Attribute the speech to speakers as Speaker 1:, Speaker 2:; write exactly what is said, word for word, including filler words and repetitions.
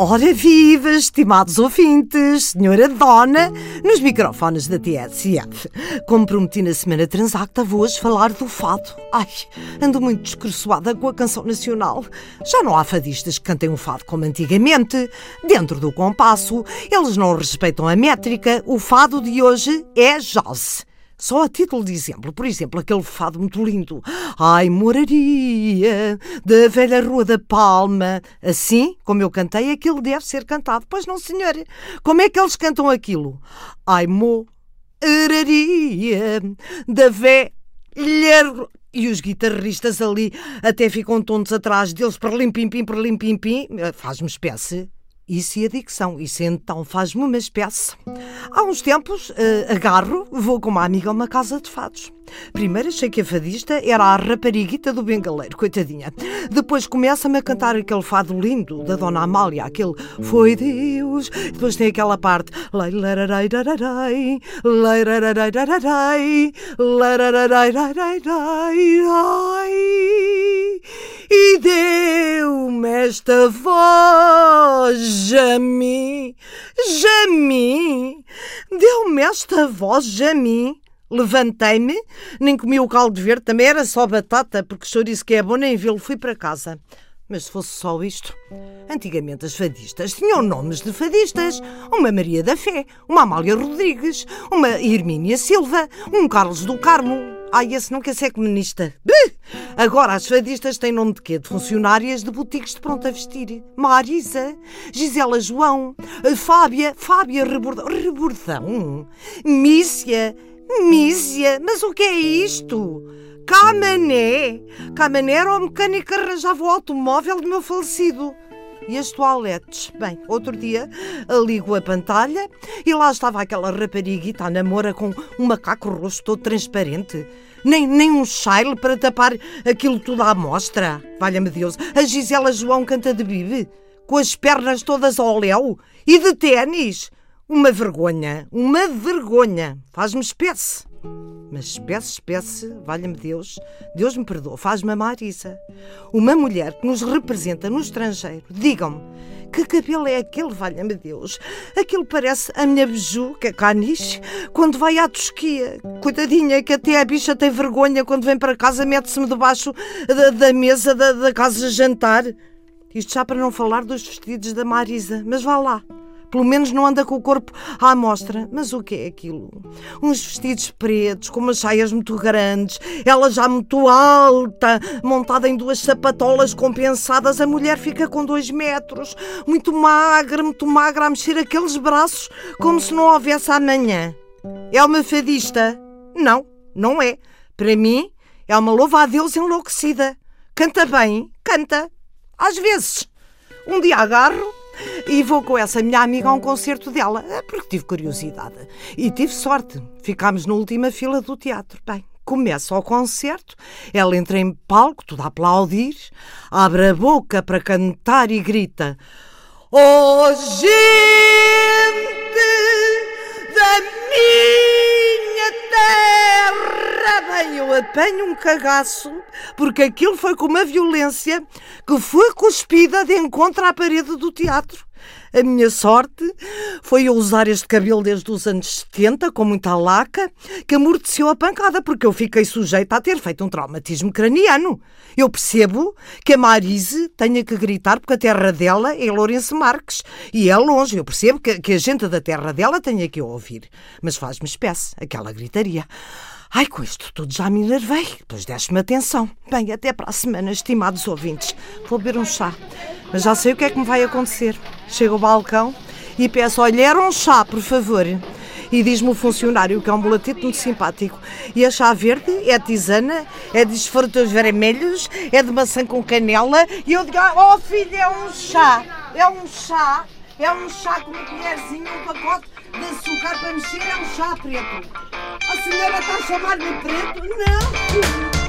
Speaker 1: Ora viva, estimados ouvintes, senhora Dona, nos microfones da T S F. Como prometi na semana transacta, vou hoje falar do fado. Ai, ando muito descoroçoada com a canção nacional. Já não há fadistas que cantem um fado como antigamente. Dentro do compasso, eles não respeitam a métrica. O fado de hoje é jazz. Só a título de exemplo, por exemplo, aquele fado muito lindo. Ai, moraria da velha Rua da Palma. Assim, como eu cantei, aquilo deve ser cantado. Pois não, senhora. Como é que eles cantam aquilo? Ai, moraria da velha Rua... E os guitarristas ali até ficam tontos atrás deles, para lim-pim-pim, para lim-pim-pim. Faz-me espécie. Isso e a dicção, isso então faz-me uma espécie. Há uns tempos, uh, agarro, vou com uma amiga a uma casa de fados. Primeiro achei que a fadista era a rapariguita do bengaleiro, coitadinha. Depois começa-me a cantar aquele fado lindo da Dona Amália, aquele Foi Deus. Depois tem aquela parte e deu-me esta voz a mim, já mim, deu-me esta voz a mim. Levantei-me, nem comi o caldo verde, também era só batata, porque chouriço que é bom, nem vê-lo, fui para casa. Mas se fosse só isto, antigamente as fadistas tinham nomes de fadistas. Uma Maria da Fé, uma Amália Rodrigues, uma Hermínia Silva, um Carlos do Carmo. Ai, esse não quer ser comunista. Bem, agora as fadistas têm nome de quê? De funcionárias de boutiques de pronto a vestir. Marisa, Gisela João, Fábia, Fábia Rebordão, Rebordão, Mícia, Mícia, mas o que é isto? Camané! Camané era o mecânico que arranjava o automóvel do meu falecido. E as toaletes? Bem, outro dia ligo a pantalha e lá estava aquela rapariguita a namora com um macaco rosto todo transparente. Nem, nem um chile para tapar aquilo tudo à mostra. Valha-me Deus. A Gisela João canta de bibe, com as pernas todas ao léu e de ténis. Uma vergonha, uma vergonha. Faz-me espécie. Mas espécie, espécie, valha-me Deus, Deus me perdoa, faz-me a Marisa. Uma mulher que nos representa no estrangeiro. Digam-me, que cabelo é aquele, valha-me Deus? Aquilo parece a minha beiju, que é caniche, quando vai à tosquia. Coitadinha, que até a bicha tem vergonha quando vem para casa, mete-se-me debaixo da, da mesa da, da casa de jantar. Isto já para não falar dos vestidos da Marisa, mas vá lá. Pelo menos não anda com o corpo à mostra. Mas o que é aquilo? Uns vestidos pretos, com umas saias muito grandes, ela já muito alta, montada em duas sapatolas compensadas. A mulher fica com dois metros, muito magra, muito magra, a mexer aqueles braços como se não houvesse amanhã. É uma fadista? Não, não é. Para mim, é uma louva-a-Deus enlouquecida. Canta bem, canta. Às vezes. Um dia agarro e vou com essa minha amiga a um concerto dela, porque tive curiosidade. E tive sorte. Ficámos na última fila do teatro. Bem, começa o concerto, ela entra em palco, tudo a aplaudir, abre a boca para cantar e grita: Oh, gente da minha terra! Bem, eu apanho um cagaço, porque aquilo foi com uma violência que fui cuspida de encontro à parede do teatro. A minha sorte foi eu usar este cabelo desde os anos setenta, com muita laca, que amorteceu a pancada, porque eu fiquei sujeita a ter feito um traumatismo craniano. Eu percebo que a Marise tenha que gritar porque a terra dela é Lourenço Marques e é longe. Eu percebo que, que a gente da terra dela tenha que ouvir, mas faz-me espécie aquela gritaria. Ai, com isto tudo já me enervei, depois deste-me atenção. Bem, até para a semana, estimados ouvintes. Vou beber um chá, mas já sei o que é que me vai acontecer. Chego ao balcão e peço: olha, era um chá, por favor. E diz-me o funcionário, que é um mulatito muito simpático: e a chá verde? É tisana? É de frutos vermelhos? É de maçã com canela? E eu digo: oh filho, é um chá, é um chá. É um chá com uma colherzinha, um pacote de açúcar para mexer, é um chá preto. A senhora está a chamar-me preto? Não!